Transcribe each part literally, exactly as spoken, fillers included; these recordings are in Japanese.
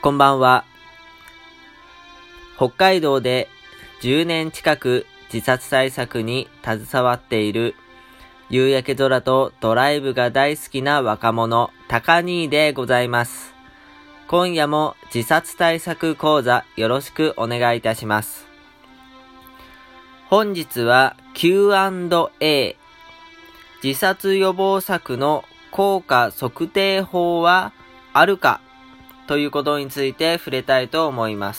こんばんは。北海道でじゅうねん近く自殺対策に携わっている夕焼け空とドライブが大好きな若者、タカ兄でございます。今夜も自殺対策講座よろしくお願いいたします。本日は キューアンドエー 自殺予防策の効果測定法はあるかということについて触れたいと思います。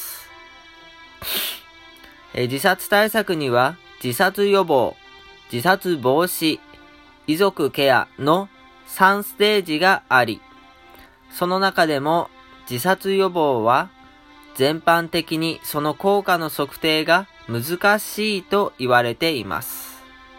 え自殺対策には自殺予防、自殺防止、遺族ケアのさんステージがあり、その中でも自殺予防は全般的にその効果の測定が難しいと言われています。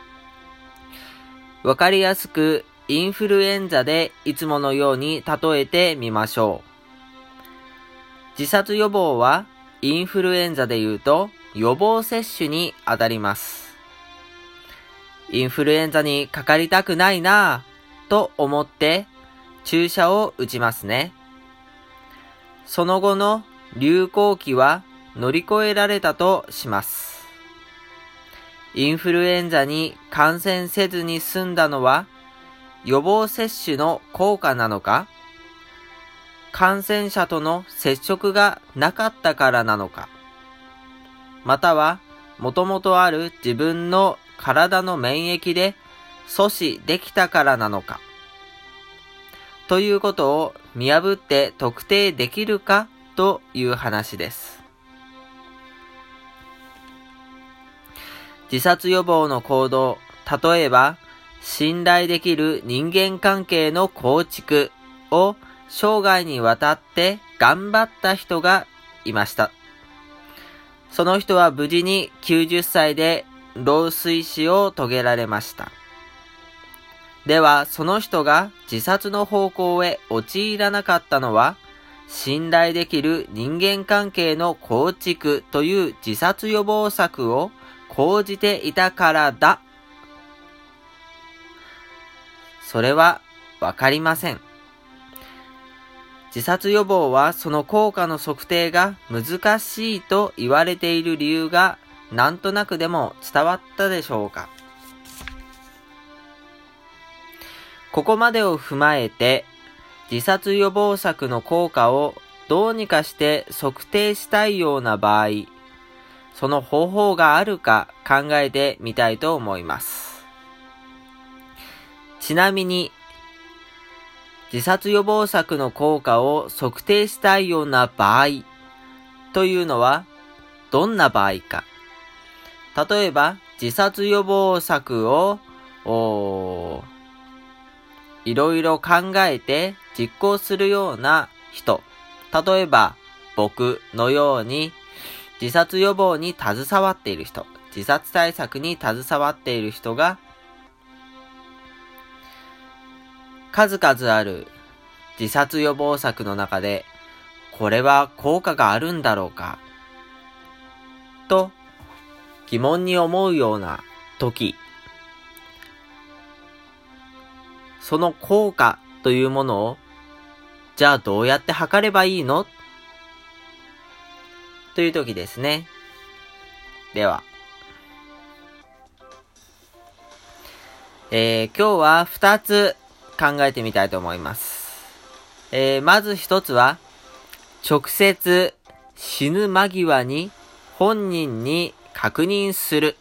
わかりやすくインフルエンザでいつものように例えてみましょう。自殺予防はインフルエンザで言うと予防接種にあたります。インフルエンザにかかりたくないなぁと思って注射を打ちますね。その後の流行期は乗り越えられたとします。インフルエンザに感染せずに済んだのは予防接種の効果なのか、感染者との接触がなかったからなのか、またはもともとある自分の体の免疫で阻止できたからなのか、ということを見破って特定できるかという話です。自殺予防の行動、例えば信頼できる人間関係の構築を生涯にわたって頑張った人がいました。その人は無事にきゅうじゅっさいで老衰死を遂げられました。では、その人が自殺の方向へ陥らなかったのは、信頼できる人間関係の構築という自殺予防策を講じていたからだ。それはわかりません。自殺予防はその効果の測定が難しいと言われている理由がなんとなくでも伝わったでしょうか。ここまでを踏まえて自殺予防策の効果をどうにかして測定したいような場合、その方法があるか考えてみたいと思います。ちなみに自殺予防策の効果を測定したいような場合というのはどんな場合か。例えば自殺予防策をいろいろ考えて実行するような人、例えば僕のように自殺予防に携わっている人、自殺対策に携わっている人が数々ある自殺予防策の中でこれは効果があるんだろうかと疑問に思うような時、その効果というものをじゃあどうやって測ればいいのという時ですね。では、えー、今日はふたつ考えてみたいと思います。えー、まず一つは直接死ぬ間際に本人に確認する。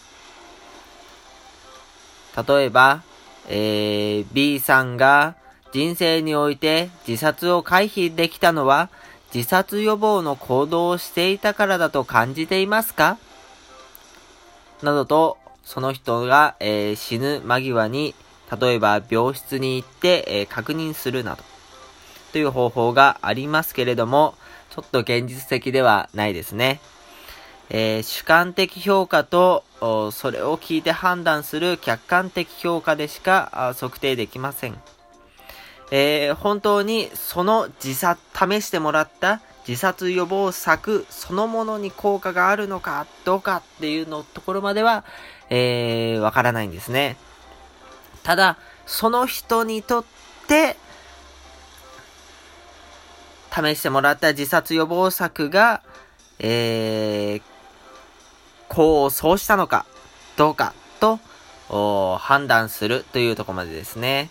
例えば、えー、B さんが人生において自殺を回避できたのは自殺予防の行動をしていたからだと感じていますか？などとその人が、えー、死ぬ間際に例えば病室に行って、えー、確認するなどという方法がありますけれども、ちょっと現実的ではないですね。えー、主観的評価とそれを聞いて判断する客観的評価でしか測定できません。えー、本当にその自殺試してもらった自殺予防策そのものに効果があるのかどうかっていうのところまでは、えー、わからないんですね。ただその人にとって試してもらった自殺予防策が、えー、功を奏したのかどうかと判断するというところまでですね。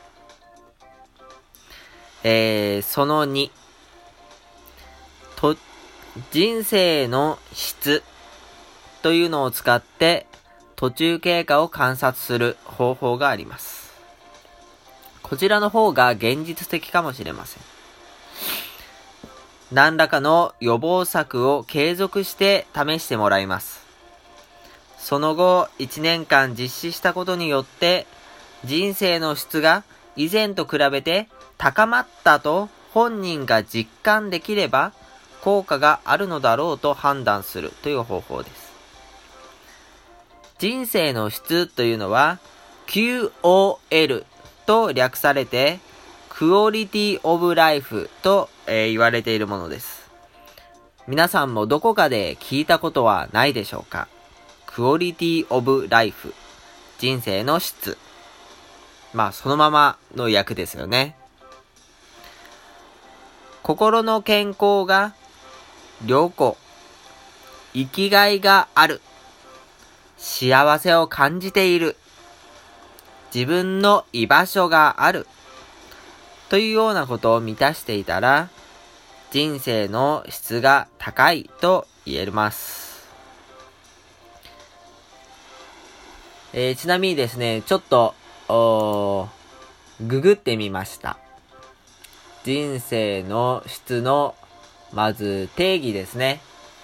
えー、そのに、と、人生の質というのを使って途中経過を観察する方法があります。こちらの方が現実的かもしれません。何らかの予防策を継続して試してもらいます。その後いちねんかん実施したことによって人生の質が以前と比べて高まったと本人が実感できれば効果があるのだろうと判断するという方法です。人生の質というのは キューオーエル と略されてクオリティオブライフと、えー、言われているものです。皆さんもどこかで聞いたことはないでしょうか。クオリティオブライフ、人生の質。まあそのままの訳ですよね。心の健康が良好、生きがいがある、幸せを感じている、自分の居場所があるというようなことを満たしていたら人生の質が高いと言えます。えー、ちなみにですね、ちょっとググってみました。人生の質のまず定義ですね。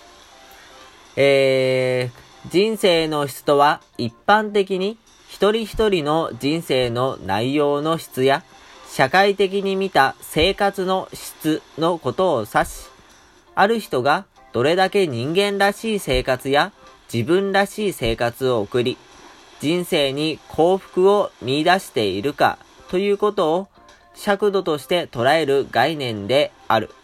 えー人生の質とは一般的に一人一人の人生の内容の質や社会的に見た生活の質のことを指し、ある人がどれだけ人間らしい生活や自分らしい生活を送り、人生に幸福を見出しているかということを尺度として捉える概念である。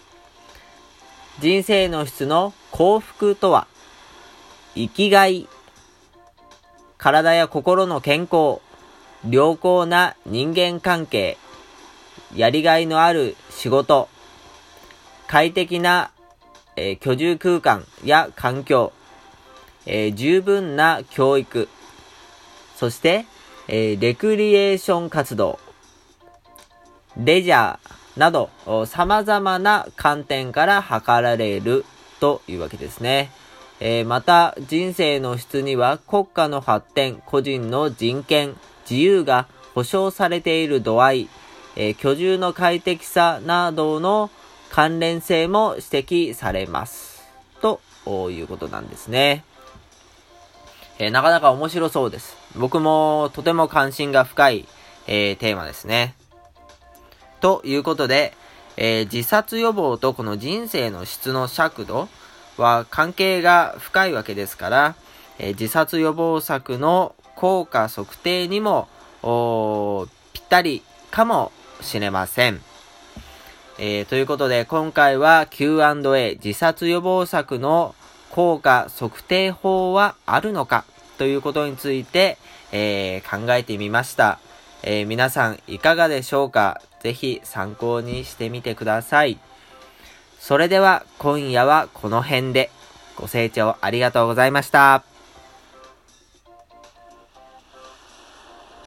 人生の質の幸福とは、生きがい、体や心の健康、良好な人間関係、やりがいのある仕事、快適な、えー、居住空間や環境、えー、十分な教育、そして、えー、レクリエーション活動、レジャーなど様々な観点から測られるというわけですね。えー、また人生の質には国家の発展、個人の人権、自由が保障されている度合い、えー、居住の快適さなどの関連性も指摘されますということなんですね。えー、なかなか面白そうです。僕もとても関心が深い、えー、テーマですね。ということで、えー、自殺予防とこの人生の質の尺度は関係が深いわけですから、えー、自殺予防策の効果測定にもぴったりかもしれません。えー、ということで今回は キューアンドエー 自殺予防策の効果測定法はあるのかということについて、えー、考えてみました。えー、皆さんいかがでしょうか。ぜひ参考にしてみてください。それでは今夜はこの辺でご清聴ありがとうございました。